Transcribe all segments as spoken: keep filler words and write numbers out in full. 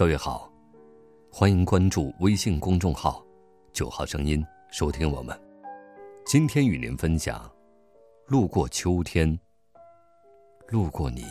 各位好，欢迎关注微信公众号九号声音，收听我们。今天与您分享路过秋天，路过你。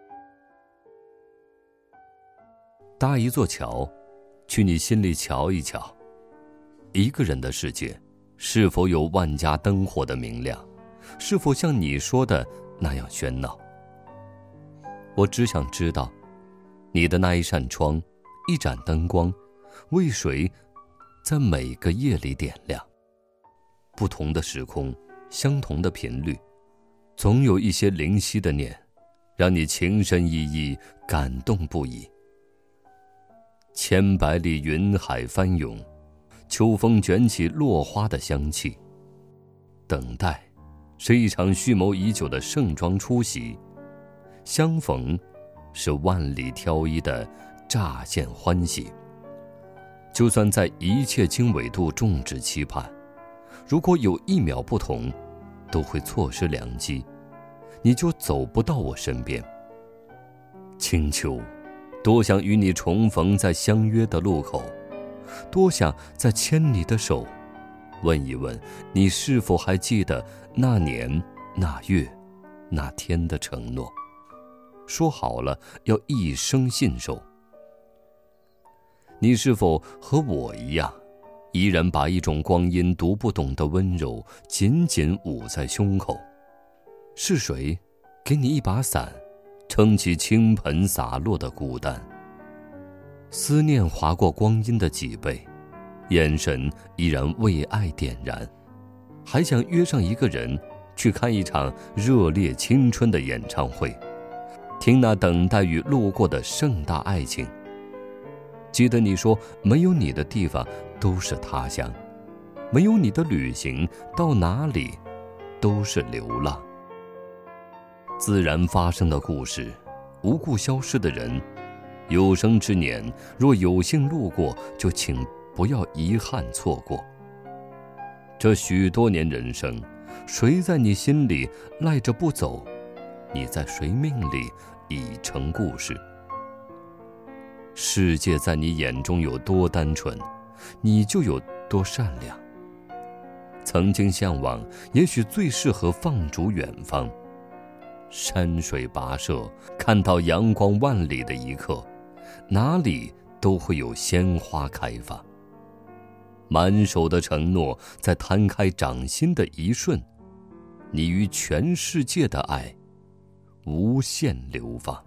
搭一座桥，去你心里瞧一瞧，一个人的世界是否有万家灯火的明亮，是否像你说的那样喧闹。我只想知道，你的那一扇窗，一盏灯光，为谁在每个夜里点亮？不同的时空，相同的频率，总有一些灵犀的念，让你情深意意，感动不已。千百里云海翻涌，秋风卷起落花的香气。等待是一场蓄谋已久的盛装出席，相逢是万里挑一的乍现欢喜。就算在一切经纬度种植期盼，如果有一秒不同，都会错失良机，你就走不到我身边。清秋，多想与你重逢在相约的路口，多想再牵你的手，问一问你是否还记得那年那月那天的承诺，说好了要一生信守。你是否和我一样，依然把一种光阴读不懂的温柔紧紧捂在胸口？是谁给你一把伞，撑起倾盆洒落的孤单？思念划过光阴的脊背，眼神依然为爱点燃，还想约上一个人去看一场热烈青春的演唱会，听那等待与路过的盛大爱情。记得你说，没有你的地方都是他乡，没有你的旅行到哪里都是流浪。自然发生的故事，无故消失的人，有生之年若有幸路过，就请不要遗憾错过。这许多年人生，谁在你心里赖着不走，你在谁命里已成故事。世界在你眼中有多单纯，你就有多善良。曾经向往，也许最适合放逐远方。山水跋涉，看到阳光万里的一刻，哪里都会有鲜花开放。满手的承诺，在摊开掌心的一瞬，你与全世界的爱无限流放。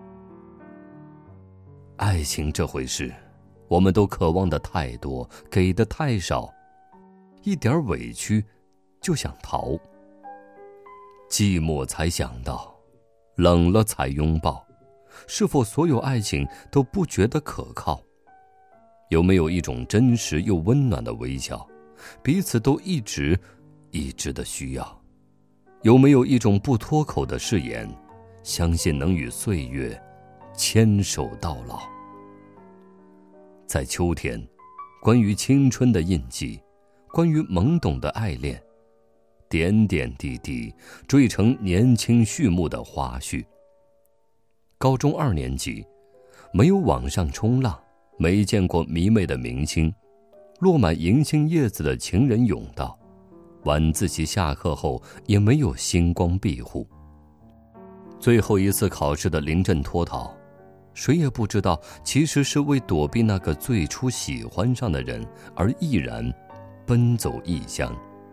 爱情这回事，我们都渴望的太多，给的太少，一点委屈就想逃。寂寞才想到，冷了才拥抱。是否所有爱情都不觉得可靠？有没有一种真实又温暖的微笑，彼此都一直一直的需要？有没有一种不脱口的誓言，相信能与岁月牵手到老？在秋天，关于青春的印记，关于懵懂的爱恋，点点滴滴缀成年轻序幕的花絮。高中二年级，没有网上冲浪，没见过迷妹的明星，落满银杏叶子的情人甬道，晚自习下课后也没有星光庇护。最后一次考试的临阵脱逃，谁也不知道其实是为躲避那个最初喜欢上的人而毅然奔走异乡。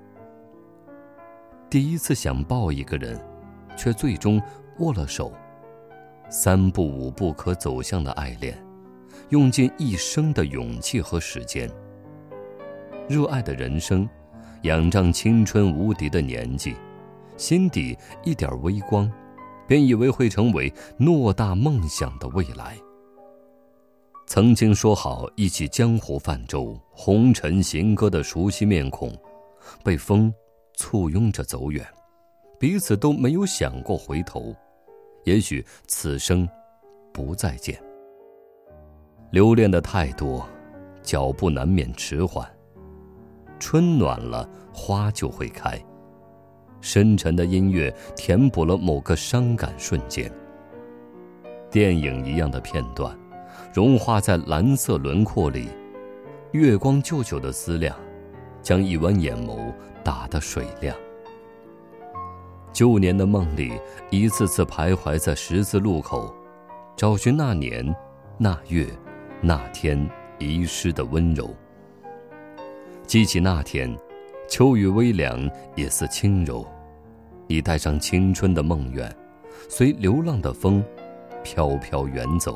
第一次想抱一个人，却最终握了手。三步五步可走向的爱恋，用尽一生的勇气和时间。热爱的人生，仰仗青春无敌的年纪，心底一点微光，便以为会成为偌大梦想的未来。曾经说好一起江湖泛舟，红尘行歌的熟悉面孔，被风簇拥着走远，彼此都没有想过回头，也许此生不再见。留恋的太多，脚步难免迟缓。春暖了，花就会开。深沉的音乐填补了某个伤感瞬间。电影一样的片段， 融化在蓝色轮廓里，月光旧旧的思量，将一弯眼眸打得水亮。旧年的梦里，一次次徘徊在十字路口，找寻那年、那月、那天遗失的温柔。记起那天，秋雨微凉，也似轻柔。你带上青春的梦愿，随流浪的风，飘飘远走。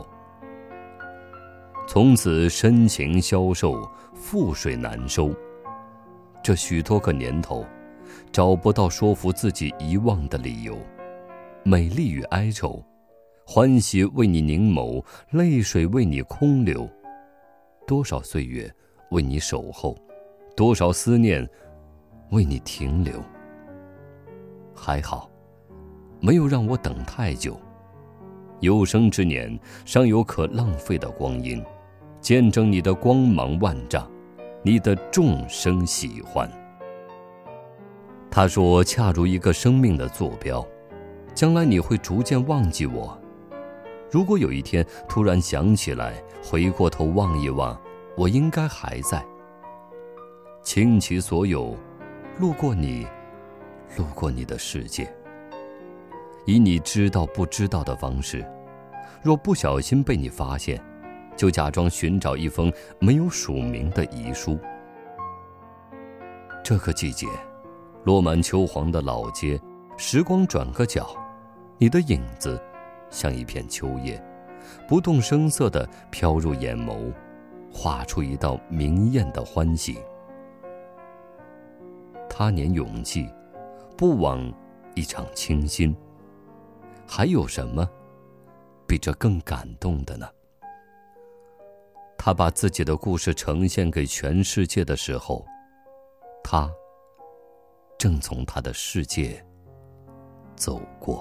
从此深情消瘦，覆水难收。这许多个年头，找不到说服自己遗忘的理由。美丽与哀愁，欢喜为你凝眸，泪水为你空流。多少岁月为你守候，多少思念为你停留。还好，没有让我等太久。有生之年，尚有可浪费的光阴，见证你的光芒万丈，你的众生喜欢。他说，恰如一个生命的坐标，将来你会逐渐忘记我。如果有一天突然想起来，回过头望一望，我应该还在。倾其所有，路过你，路过你的世界，以你知道不知道的方式，若不小心被你发现，就假装寻找一封没有署名的遗书。这个季节，落满秋黄的老街，时光转个角，你的影子像一片秋叶，不动声色地飘入眼眸，画出一道明艳的欢喜。他年永记，不枉一场倾心。还有什么比这更感动的呢？他把自己的故事呈现给全世界的时候，他正从他的世界走过。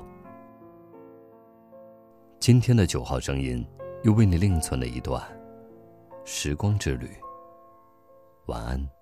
今天的九号声音又为你另存了一段时光之旅。晚安。